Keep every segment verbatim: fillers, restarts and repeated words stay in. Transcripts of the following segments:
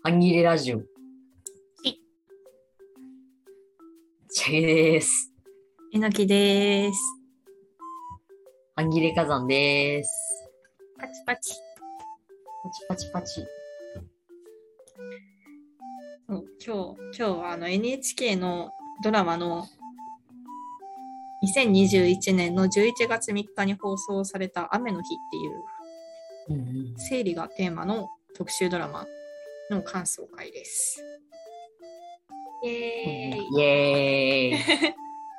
半切れラジオ。 いチャゲです。 えのきです。 半切れ火山です。 パチパチ。 パチパチパチ。 そう今日、今日はあの エヌエイチケー のドラマのにせんにじゅういちねんのじゅういちがつみっかに放送された雨の日っていううんうん、 生理がテーマの特集ドラマの感想会です。イエーイ。 イエーイ。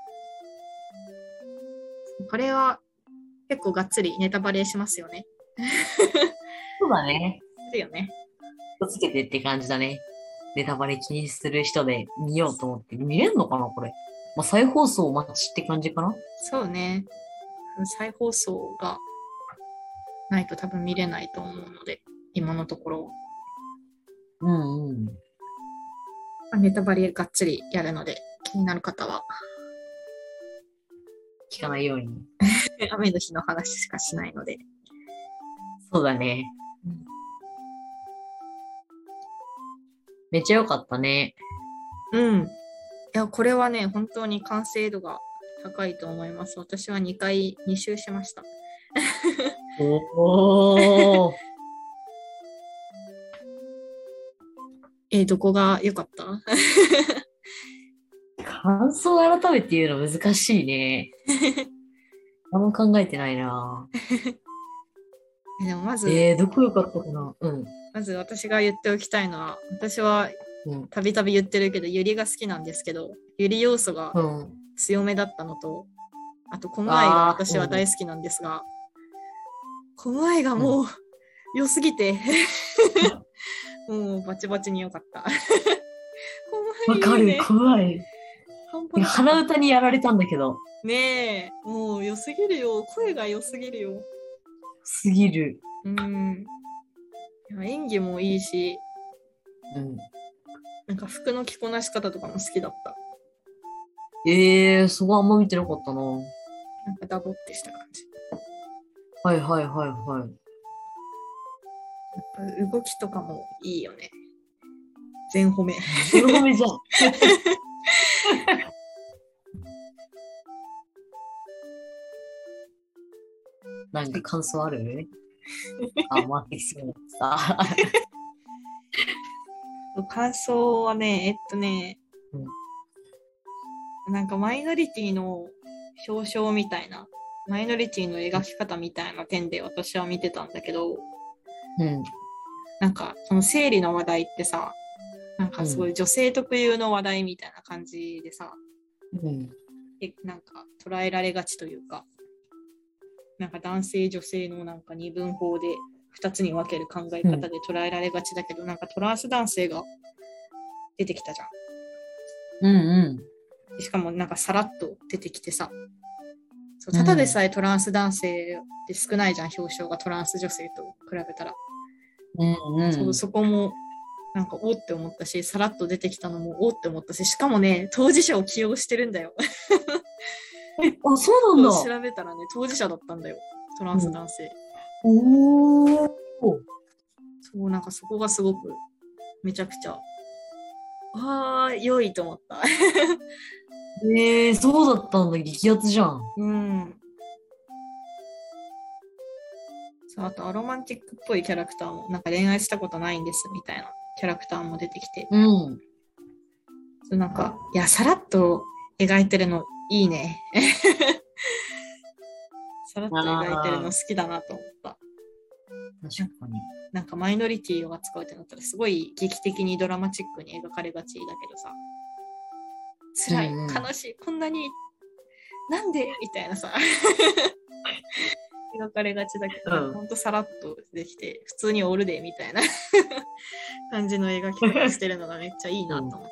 これは結構がっつりネタバレしますよね。 そうだね。 するよね。 気をつけてって感じだね。ネタバレ気にする人で見ようと思って見れんのかなこれ。まあ、再放送待ちって感じかな。 そうね。再放送がないと多分見れないと思うので、今のところ。 うんうん。 ネタバレがっつりやるので、気になる方は。 聞かないように。 雨の日の話しかしないので。 そうだね。 うん、 めっちゃ良かったね。 うん。いや、これはね、本当に完成度が高いと思います。私はにかい、に周しました。 おー。 えー、どこが良かった感想を改めて言うの難しいね。あんま考えてないな。 でもまず、 えー、どこ良かったかな。うん。 まず私が言っておきたいのは、私はたびたび言ってるけど、ゆりが好きなんですけど、ゆり要素が強めだったのと、うん、あと、コムアイが私は大好きなんですが、コムアイがもう、うん、良すぎて、もうバチバチに良かった。 わかる、コムアイ。鼻歌にやられたんだけど。 ねえ、もう良すぎるよ。声が良すぎるよ。 すぎる。 うん。いや演技もいいし、 うん。 なんか服の着こなし方とかも好きだった。 えー、そこあんま見てなかったな。 なんかダボってした感じ。 はいはいはいはい。 やっぱ動きとかもいいよね。全褒め。 全褒めじゃん。なんか感想ある？あ、待ってきそうだった。 感想はね、えっとね、うん、なんかマイノリティの表彰みたいな、マイノリティの描き方みたいな点で私は見てたんだけど、 うん、 なんかその生理の話題ってさ、なんかすごい女性特有の話題みたいな感じでさ、うん、なんか捉えられがちというか、なんか男性女性のなんか二分法でふたつに分ける考え方で捉えられがちだけど、うん、なんかトランス男性が出てきたじゃん。 ん。 うんうん。 しかもなんかさらっと出てきてさ、そうただでさえトランス男性って少ないじゃん、表彰がトランス女性と比べたら。 うんうん、 そうそこもなんかおって思ったし、さらっと出てきたのもおって思ったし、しかもね、当事者を起用してるんだよ。 え、あ、そうなんだ。 調べたらね、当事者だったんだよ、トランス男性。 うん、おー。 そう、なんかそこがすごくめちゃくちゃ、あー、良いと思った。 えー、そうだったんだ、激アツじゃん。 うん。そう、あとアロマンティックっぽいキャラクターも、なんか恋愛したことないんですみたいなキャラクターも出てきて。 うん。 そうなんか、いや、さらっと描いてるのいいね。さらっと描いてるの好きだなと思った。 確かに。 なんかマイノリティを扱うってなったらすごい劇的にドラマチックに描かれがちだけどさ、辛い、うんうん、悲しい、こんなになんでみたいなさ描かれがちだけど、うん、ほんとさらっとできて普通におるでみたいな感じの描き方してるのがめっちゃいいなと思った。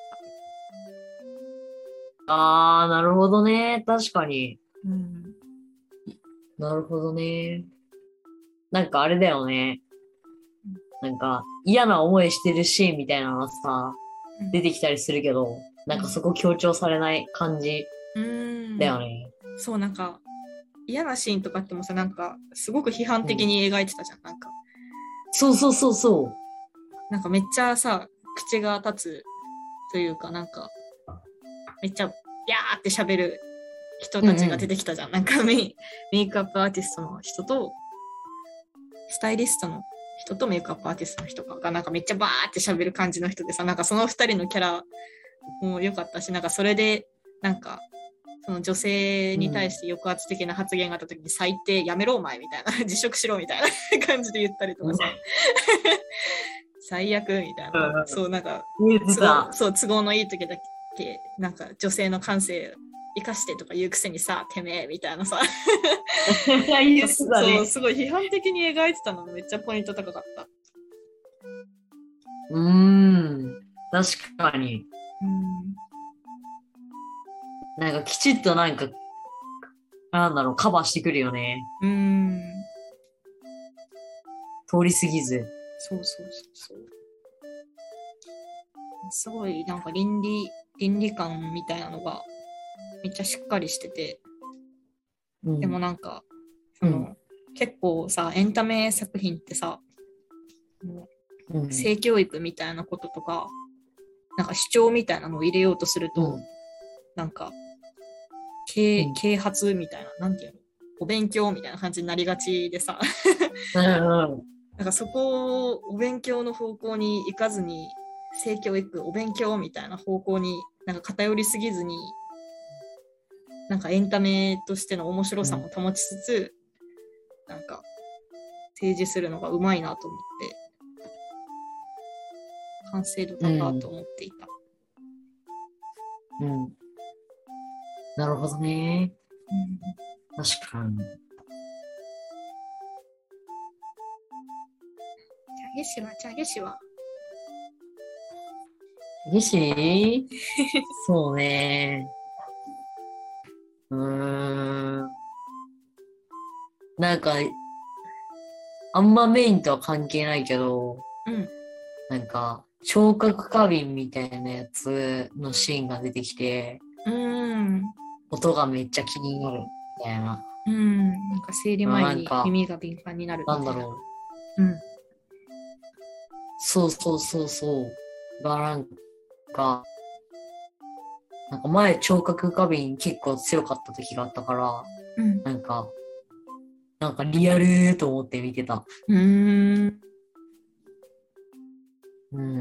うん、あー、なるほどね。確かに。 うん、 なるほどね。なんかあれだよね。なんか嫌な思いしてるシーンみたいなのがさ、うん、出てきたりするけど、なんかそこ強調されない感じだよね。 うん、そう、なんか嫌なシーンとかってもさ、なんかすごく批判的に描いてたじゃん、うん、なんか。 そうそうそうそう。 なんかめっちゃさ、 口が立つというか、なんかめっちゃビャーって喋る人たちが出てきたじゃん、うんうん、なんかメイ、メイクアップアーティストの人とスタイリストの人とメイクアップアーティストの人がなんかめっちゃバーって喋る感じの人でさ、なんかそのふたりのキャラも良かったし、なんかそれでなんかその女性に対して抑圧的な発言があった時に、最低やめろお前みたいな辞職しろみたいな感じで言ったりとかさ最悪みたいな、うん、そうなんかそう都合のいい時だけなんか女性の感性生かしてとか言うくせにさてめえみたいなさいいね、そうすごい批判的に描いてたのめっちゃポイント高かった。 うーん確かに、うんなんかきちっとなんかなんだろうカバーしてくるよね。 うーん通り過ぎず。 そうそうそうそうすごいなんか倫理倫理観みたいなのがめっちゃしっかりしてて、うん、でもなんかその、うん、結構さエンタメ作品ってさもう、うん、性教育みたいなこととかなんか主張みたいなのを入れようとすると、うん、なんか啓発みたいな、なんていうのお勉強みたいな感じになりがちでさなんかそこをお勉強の方向に行かずに性教育お勉強みたいな方向になんか偏りすぎずになんかエンタメとしての面白さも保ちつつ、うん、なんか提示するのがうまいなと思って完成度高いと思っていた。 うん、うん、なるほどね、うん、確かに。じゃあゲシはじゃあゲシはゲシそうねうーんなんかあんまメインとは関係ないけど、 うん、 なんか聴覚過敏みたいなやつのシーンが出てきて、 うん、 音がめっちゃ気になるみたいな。 うん、なんか生理前に耳が敏感になるみたいな。 なんだろう。うん。 そうそうそうそう。がなんか、なんか前聴覚過敏結構強かった時があったから、 うん、 なんか、なんかリアルーと思って見てた。 うーん。 うんうん。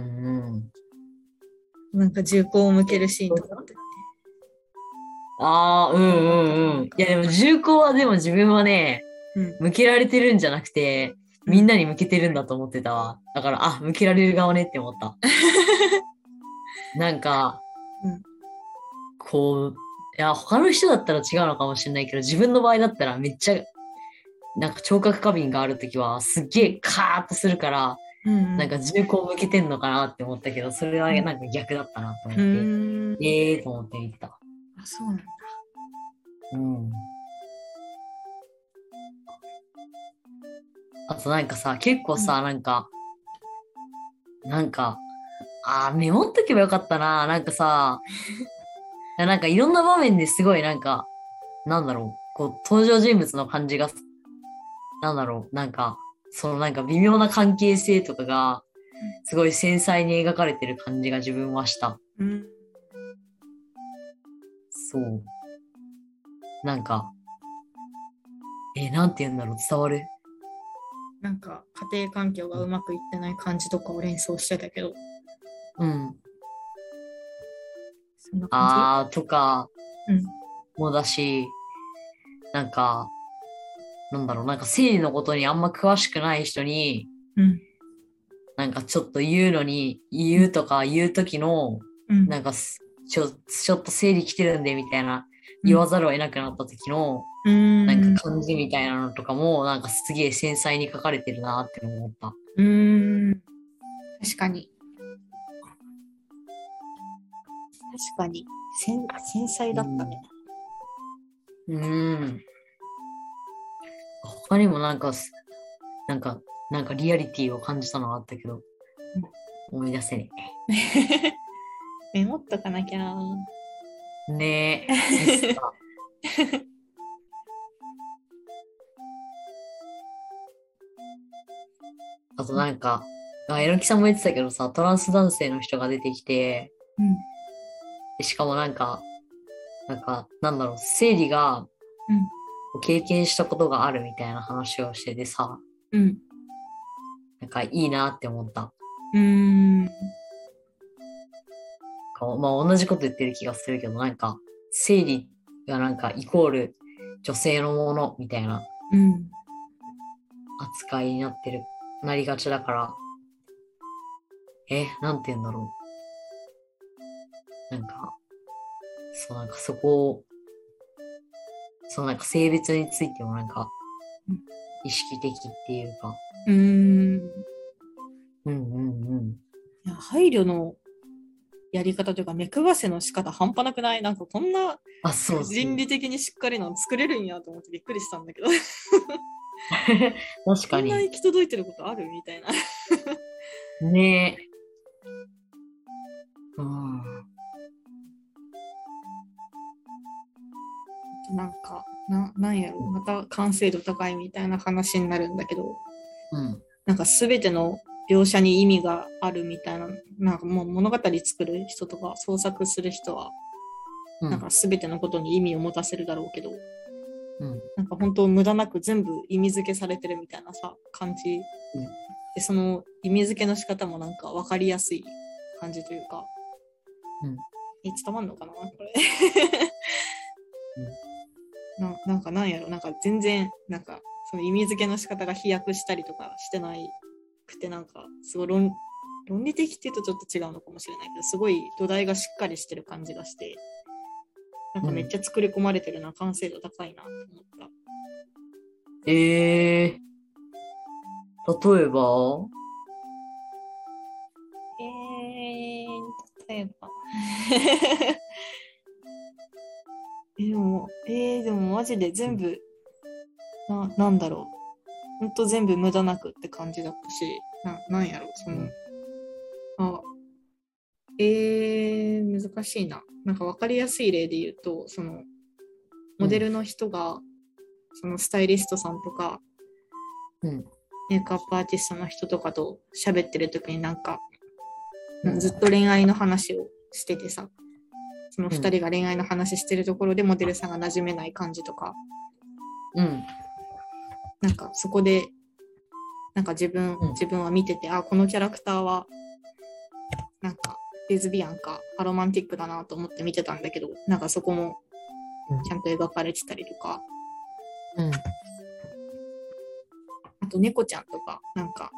なんか銃口を向けるシーンとかって。 ああ、うんうんうん。いやでも銃口はでも自分はね、 うん、 向けられてるんじゃなくて、みんなに向けてるんだと思ってたわ。だから、あ、向けられる側ねって思った。なんか、 うん、 こう、いや、他の人だったら違うのかもしれないけど、自分の場合だったらめっちゃ、なんか聴覚過敏があるときは、すっげえカーッとするから、 うんうん、 なんか銃口向けてんのかなって思ったけど、それはなんか逆だったなと思って、うん、ええーと思って見てた。 あ、そうなんだ。 うん。あとなんかさ、結構さ、うん、なんか、なんか、あー、メモっとけばよかったな。なんかさ、なんかいろんな場面ですごいなんか、なんだろう、こう、登場人物の感じが、なんだろう、なんか、そのなんか微妙な関係性とかが、すごい繊細に描かれてる感じが自分はした。 うん、 そう。なんか、えー、なんて言うんだろう、伝わる？ なんか家庭環境がうまくいってない感じとかを連想してたけど。 うん。 そんな感じ？ あーとか、 うん、 もだし、なんか、なんだろう、なんか生理のことにあんま詳しくない人に、 うん、 なんかちょっと言うのに、言うとか言うときの、 うん、 なんかちょ、ちょっと生理来てるんでみたいな言わざるを得なくなった時の、 うん、 なんか感じみたいなのとかも、なんかすげえ繊細に書かれてるなって思った。 うーん、確かに。確かに。繊繊細だったね。 うん。うん他にもなんか、なんか、なんかリアリティを感じたのがあったけど、うん、思い出せねえ。メモっとかなきゃ。 ねえ。あとなんか、 あ、えのきさんも言ってたけどさ、トランス男性の人が出てきて、 うんでしかもなんか、なんか、なんだろう、生理が経験したことがあるみたいな話をしててさ、 うんうんなんかいいなって思った。 うーんこうまあ同じこと言ってる気がするけど、なんか、生理がなんかイコール女性のものみたいなうん扱いになってる、なりがちだから、え、なんて言うんだろう。なんか、そう、なんかそこを、そう、なんか性別についてもなんか、意識的っていうか、 うーんうんうんうん。 いや配慮のやり方というか目配せの仕方半端なくない？なんかこんなあ、そうそう。 倫理的にしっかりなの作れるんやと思ってびっくりしたんだけど確かに。 こんな行き届いてることあるみたいなねえ。うん。 なんかな、なんやろまた完成度高いみたいな話になるんだけど、 うん。 なんか全ての描写に意味があるみたいな、なんかもう物語作る人とか創作する人は、 うん。 なんか全てのことに意味を持たせるだろうけど、 うん。 なんか本当無駄なく全部意味付けされてるみたいなさ、感じ。で、その意味付けの仕方もなんか分かりやすい感じというか、 うん。 え、伝わんのかなこれ。 うんななんかなんやろなんか全然なんかその意味付けの仕方が飛躍したりとかしてないくてなんかすごい論論理的って言うとちょっと違うのかもしれないけどすごい土台がしっかりしてる感じがしてなんかめっちゃ作り込まれてるな、完成度高いなと思った。 ええー、例えばえー、例えばえでもえー、でもマジで全部ななんだろうほんと全部無駄なくって感じだったしななんやろその、あえー、難しいな。なんか分かりやすい例で言うと、そのモデルの人が、そのスタイリストさんとか、 うん、 メイクアップアーティストの人とかと喋ってる時になんか、うん、ずっと恋愛の話をしててさ、そのふたりが恋愛の話してるところでモデルさんが馴染めない感じとか、 うん、 なんかそこで、なんか自分、うん、自分は見てて、あ、このキャラクターは、なんかレズビアンかアロマンティックだなと思って見てたんだけど、なんかそこもちゃんと描かれてたりとか、 うん、 あと猫ちゃんとかなんか、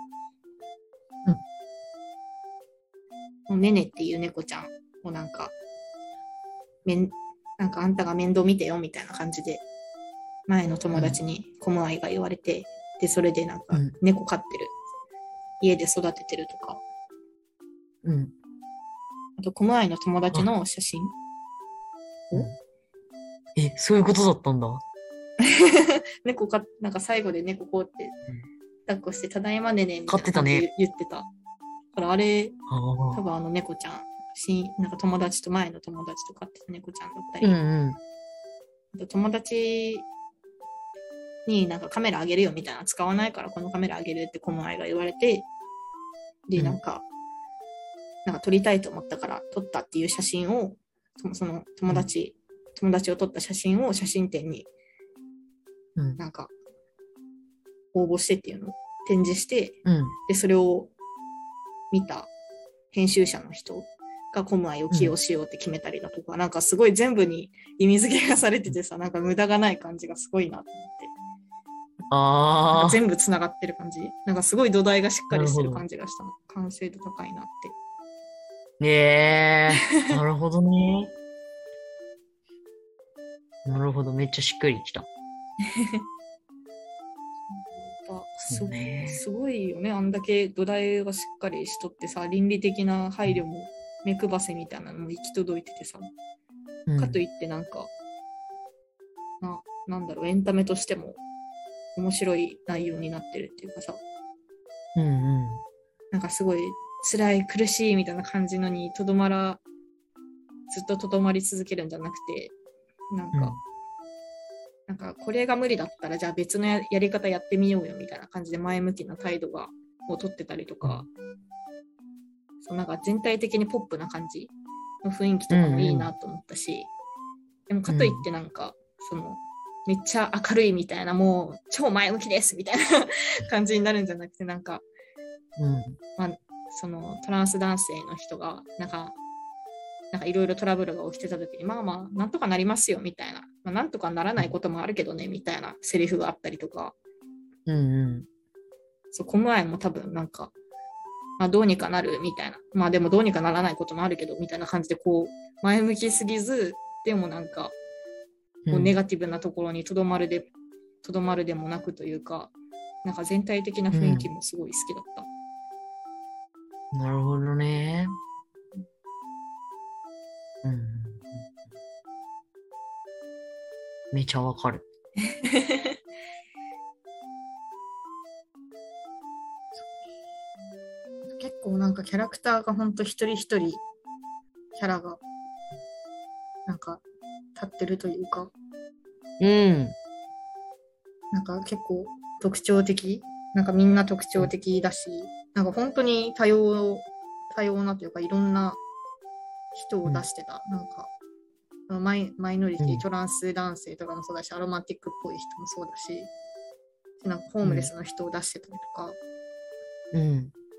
うん、ねねっていう猫ちゃんをなんかめんなんかあんたが面倒見てよみたいな感じで前の友達にコムアイが言われて、でそれでなんか猫飼ってる、うん、家で育ててるとか、うん、あとコムアイの友達の写真、 うん、え、そういうことだったんだ。 猫かなんか最後で猫こうって抱っこしてただいまねねみたいな感じで言ってた。だからあれ多分あの猫ちゃんしなんか友達と前の友達と飼ってた猫ちゃんだったり、うんうん、友達になんかカメラあげるよみたいな使わないからこのカメラあげるってコムアイが言われて、でなんか、うん、なんか撮りたいと思ったから撮ったっていう写真をその友達、うん、友達を撮った写真を写真展になんか応募してっていうのを展示して、うん、でそれを見た編集者の人がコムアイを起用しようって決めたりだとか、うん、なんかすごい全部に意味付けがされててさ、なんか無駄がない感じがすごいなと思って、あなんか全部つながってる感じ、なんかすごい土台がしっかりしてる感じがしたの。完成度高いなって。 えー、なるほどね。なるほど、めっちゃしっくりきた。 す, ね、すごいよね、あんだけ土台がしっかりしとってさ、倫理的な配慮も目配せみたいなのも行き届いててさ、うん、かといってなんかな、なんだろう、エンタメとしても面白い内容になってるっていうかさ、うんうん、なんかすごい辛い苦しいみたいな感じのにとどまらずっととどまり続けるんじゃなくて、なんか、うんなんかこれが無理だったらじゃあ別の や, やり方やってみようよみたいな感じで前向きな態度がを撮ってたりとか、そうなんか全体的にポップな感じの雰囲気とかもいいなと思ったし、うんうん、でもかといってなんか、そのめっちゃ明るいみたいな、もう超前向きですみたいな感じになるんじゃなくて、なんか、うんまあ、そのトランス男性の人がなんかなんかいろいろトラブルが起きてた時に、まあまあなんとかなりますよみたいな、まあ、なんとかならないこともあるけどねみたいなセリフがあったりとか、 うんうん、 そうコムアイも多分なんか、まあ、どうにかなるみたいな、まあでもどうにかならないこともあるけどみたいな感じで、こう前向きすぎず、でもなんかこうネガティブなところにとどまるでとどまるでもなくというか、なんか全体的な雰囲気もすごい好きだった。 うん、なるほどね。うん、めちゃわかる。 結構なんかキャラクターがほんと一人一人キャラがなんか立ってるというか、 うん、 なんか結構特徴的、なんかみんな特徴的だし、なんか本当に多様多様なというかいろんな人を出してた、うん、なんかマイ、マイノリティ、トランス男性とかもそうだし、アロマティックっぽい人もそうだし、なんかホームレスの人を出してたりとか、 うん、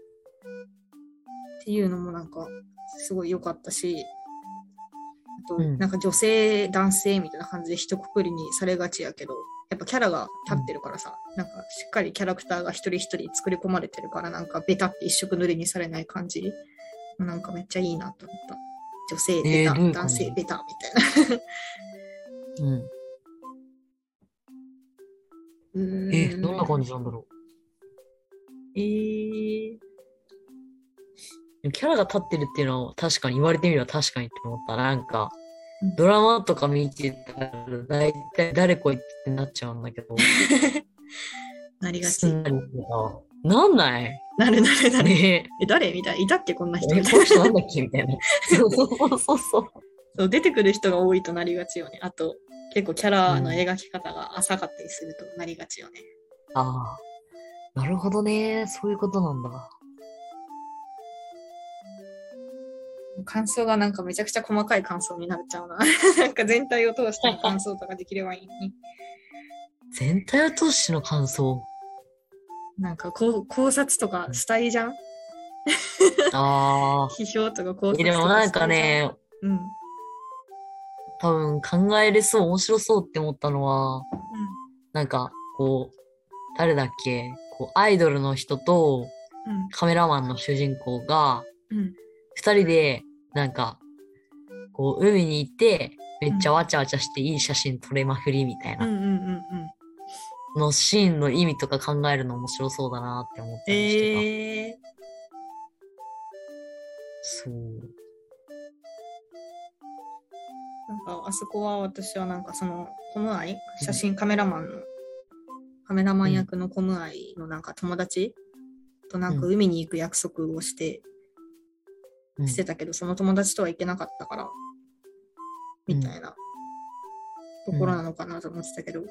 っていうのもなんかすごい良かったし、あとなんか女性、男性みたいな感じで一括りにされがちやけど、やっぱキャラが立ってるからさ、うん、なんかしっかりキャラクターが一人一人作り込まれてるから、なんかベタって一色塗りにされない感じ、なんかめっちゃいいなと思った。女性ベタ、えー、男性ベタみたいな。 うん。えー、どんな感じなんだろう。えー、 キャラが立ってるっていうのは確かに言われてみれば確かにって思った。なんか、ドラマとか見てたら大体誰こいってなっちゃうんだけど。 なりがち。 なんないなるなるなる。ね、え、誰みたいな。いたっけこんな人みたいな。この人なんだっけみたいな。そうそうそうそう。 そう出てくる人が多いとなりがちよね。あと、結構キャラの描き方が浅かったりするとなりがちよね。 うん、ああ。なるほどね。そういうことなんだ。 感想がなんかめちゃくちゃ細かい感想になっちゃうな。なんか全体を通しての感想とかできればいいのに。 全体を通しての感想なんかこう考察とかしたいじゃん。 ああ。 批評とか考察とかしたいじゃん。 でもなんかね、うん、多分考えれそう、面白そうって思ったのは、うん、なんかこう、誰だっけこうアイドルの人とカメラマンの主人公が、うん、二人でなんかこう海に行ってめっちゃわちゃわちゃしていい写真撮れまくりみたいな、うんうんうんうん、のシーンの意味とか考えるの面白そうだなって思ったりしてた。えー、そう。 なんかあそこは私はなんかそのコムアイ写真カメラマンの、うん、カメラマン役のコムアイのなんか友達となんか海に行く約束をして、うん、してたけどその友達とは行けなかったからみたいなところなのかなと思ってたけど、うん、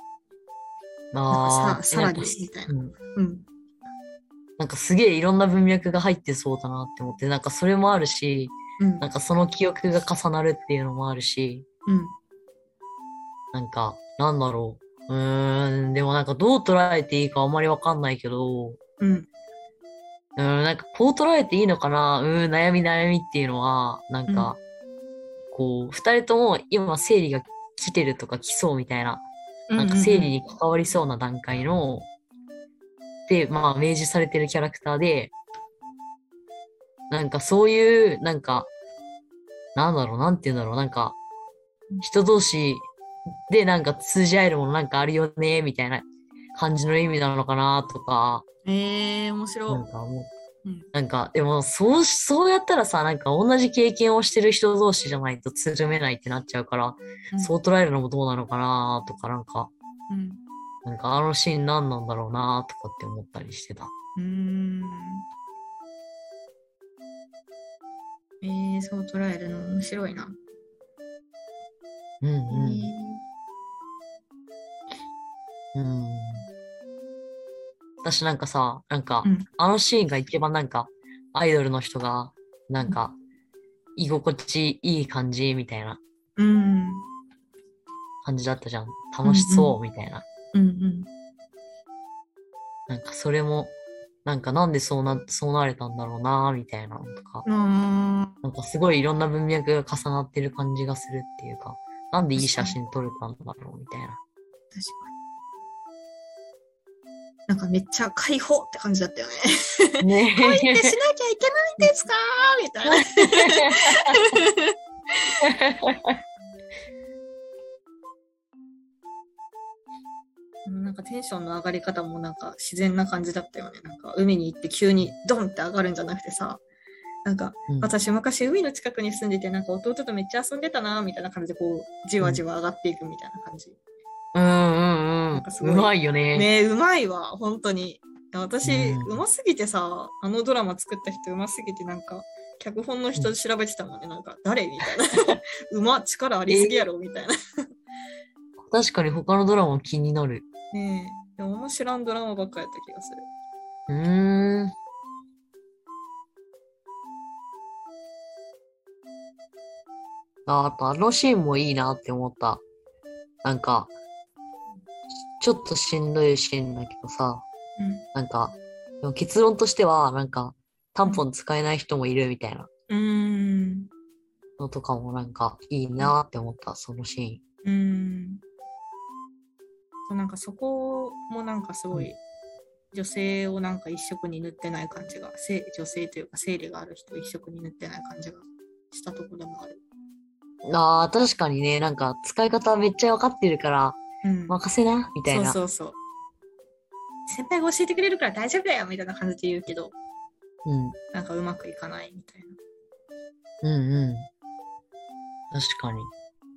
なんかささらにみたいな、うんうん、 なんかすげえいろんな文脈が入ってそうだなって思って、なんかそれもあるし、うん、なんかその記憶が重なるっていうのもあるし、うん、なんかなんだろう、うーんでもなんかどう捉えていいかあんまりわかんないけど、うん、うんなんかこう捉えていいのかな、うん悩み悩みっていうのはなんか、うん、こう二人とも今生理が来てるとか来そうみたいな、なんか生理に関わりそうな段階のでまあ明示されてるキャラクターで。なんかそういう、なんか、なんだろう、なんて言うんだろう、なんか、人同士でなんか通じ合えるものなんかあるよね、みたいな感じの意味なのかな、とか。 えー、面白い。 なんかもう、うん、なんか、でも、そう、そうやったらさ、なんか同じ経験をしてる人同士じゃないとつるめないってなっちゃうから、うん、そう捉えるのもどうなのかな、とか、なんか、うん、なんかあのシーン何なんだろうな、とかって思ったりしてた。うーん。 えー、そう捉えるの面白いな。 うんうん。えー、うん。 私なんかさ、なんか、 うん。 あのシーンが一番なんか、アイドルの人が、なんか、居心地いい感じみたいなうん。 感じだったじゃん。 うん。 楽しそうみたいな。 うん。うん。 なんかそれも、なんかなんでそうな、そうなれたんだろうなみたいなのとか。 ああ、 なんかすごいいろんな文脈が重なってる感じがするっていうか、なんでいい写確かに。 真撮れたんだろうみたいな。 確かに。なんかめっちゃ解放って感じだったよね。 ね恋ってしなきゃいけないんですかみたいな。なんかテンションの上がり方もなんか自然な感じだったよね。なんか海に行って急にドンって上がるんじゃなくてさ、なんかうん、 私昔海の近くに住んでてなんか弟とめっちゃ遊んでたなみたいな感じでこうじわじわ上がっていくみたいな感じ。 うんうんうん。うなんかすごいまいよね。 ね、うまいわ、本当に。 う私、 ん。 うますぎてさ、あのドラマ作った人うますぎてなんか、脚本の人調べてたもんね。なんか、誰みたいな。うま、力ありすぎやろみたいな。 確かに他のドラマ気になる。 ねえ。でも、面白いドラマばっかやった気がする。 うーん。あ、あとあのシーンもいいなって思った。なんか、ちょっとしんどいシーンだけどさ、なんか、でも結論としては、なんか、タンポン使えない人もいるみたいなうん。うん。 のとかもなんかいいなって思った、そのシうん。そうなんかそこもなんかすーン。 ごい、女性をなんか一色に塗ってない感じが、せ女性というか生理がある人を一色に塗ってない感じがしたところでもある。 うん、ああ、確かにね、なんか使い方めっちゃわかってるから、 うん。 任せな、みたいそうな。 そうそう。先輩が教えてくれるから大丈夫だよみたいな感じで言うけど、 うん。 なんかうまくいかないみたいな。 うんうん。確かに。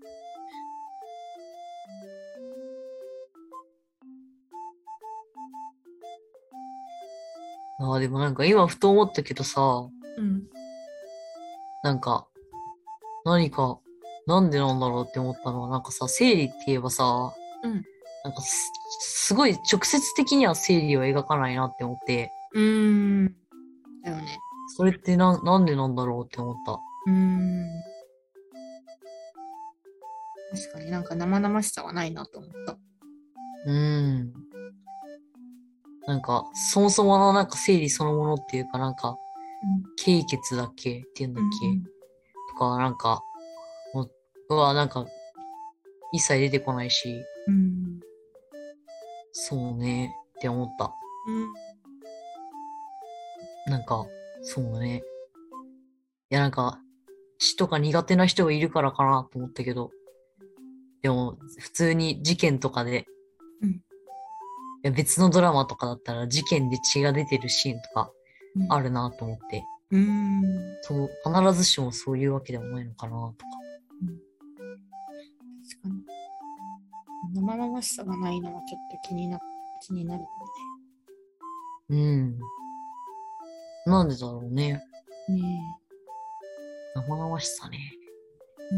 ああ、でもなんか今ふと思ったけどさ、 うん。 なんか、何か、なんでなんだろうって思ったのは、なんかさ、生理って言えばさ、 うん。 なんかす、すごい直接的には生理を描かないなって思って、 うーん。だよね。 それってな、なんでなんだろうって思った。 うーん。確かになんか生々しさはないなと思った。 うーん。なんか、そもそものなんか生理そのものっていうかなんか、経血だっけっていうんだっうん。 けとか、なんか、もう、はなんか、一切出てこないし、 うん。うん。 そうね、って思った。 うん。 なんか、そうね。いやなんか、血とか苦手な人がいるからかなと思ったけど、でも、普通に事件とかで、 うん。 いや別のドラマとかだったら事件で血が出てるシーンとかあるなと思って、 うん。 そう、必ずしもそういうわけでもないのかなとか。 うん。確かに。生々しさがないのはちょっと気にな、気になるようん。なんでだろうね。 ね。ね生々しさね。 え。うん。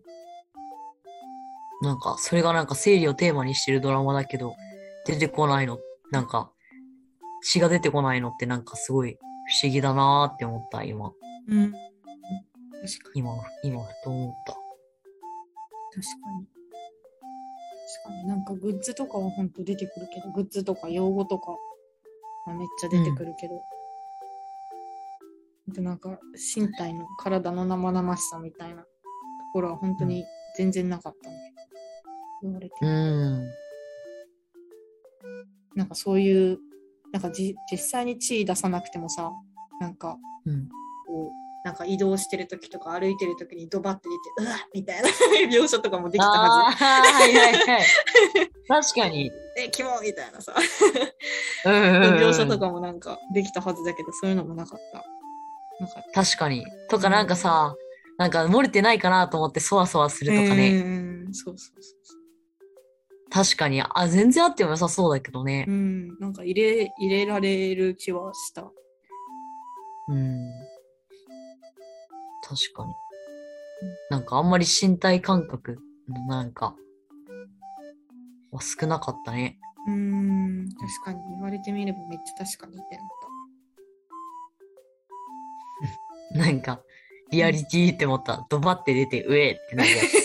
なんか、それがなんか生理をテーマにしてるドラマだけど、出てこないの、なんか、血が出てこないのってなんかすごい不思議だなーって思った、今。 うん。確かに。 今、今、ふと思った。 確かに。確かになんかグッズとかは本当出てくるけど、グッズとか用語とかはめっちゃ出てくるけど、あとなんか身体の体の生々しさみたいなところは本当に全然なかったね。言われて。 うん。 なんかそういう、なんかじ実際に血出さなくてもさ、なんかうん。 こう、なんか移動してる時とか歩いてる時にドバって出て、うわっみたいな描写とかもできたはああ、はいはいはい。確かに。 ず。え、キモみたいなさ。 うんうん描写とうん。 かもなんかできたはずだけど、そういうのもなかった。なかった。 確かに。とかなんかさ、なんか漏れてないかなと思ってそわそわするとかうね。 ん、そうそうそうそ確かに。あ、全然あっても良さそうだけどね。 う。うん、なんか入れ、入れられる気はした。 うん。確かに。なんかあんまり身体感覚のなんか、は少なかったね。 うーん、確かに言われてみればめっちゃ確かにってなっなんか、リアリティって思ったら、ドバって出て、うえってなるやつ。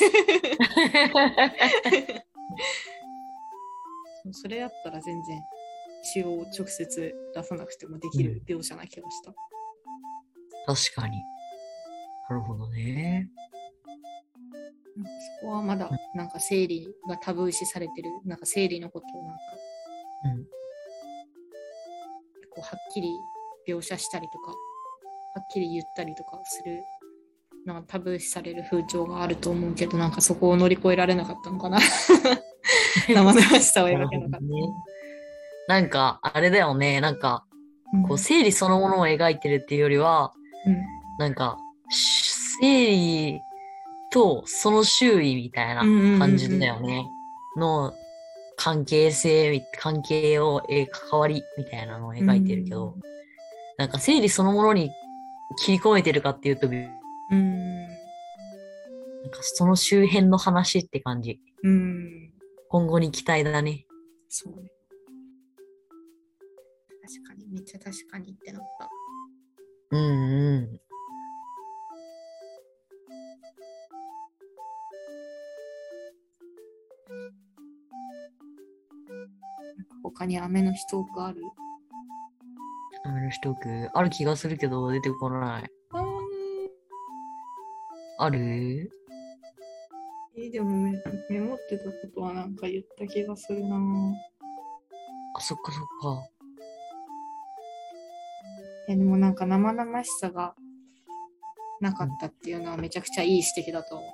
そうそれやったら全然血を直接出さなくてもできる描写な気がした。 確かに。なるほどね。 なんかそこはまだなんか生理がタブー視されてる、なんか生理のことをなんか、 うん、 こうはっきり描写したりとか、はっきり言ったりとかする、なんかタブー視される風潮があると思うけど、なんかそこを乗り越えられなかったのかな。生々しさを描けなかった。 ね、なんか、あれだよね。なんか、こう、生理そのものを描いてるっていうよりは、うん、なんか、生理とその周囲みたいな感じだよね。の関係性、関係を、え関わりみたいなのを描いてるけど、うん、なんか生理そのものに切り込めてるかっていうと、うん、なんかその周辺の話って感じ。うん、今後に期待だね。 そうね。確かに、めっちゃ確かにってなった。 うんうん。 他に雨の日トークある？ 雨の日トークある気がするけど出てこない。ある？ えー、でもメモってたことはなんか言った気がするな。 あ、そっかそっか。 いやでもなんか生々しさがなかったっていうのはめちゃくちゃいい指摘だと思った。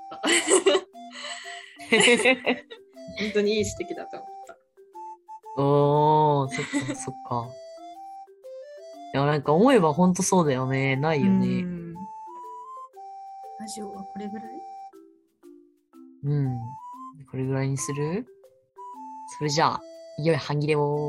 本当にいい指摘だと思った。 おー、そっかそっか。いや、なんか思えば本当そうだよね。ないよね。 ラジオはこれぐらい？ うん。これぐらいにする？それじゃあ、いよいよ半切れを。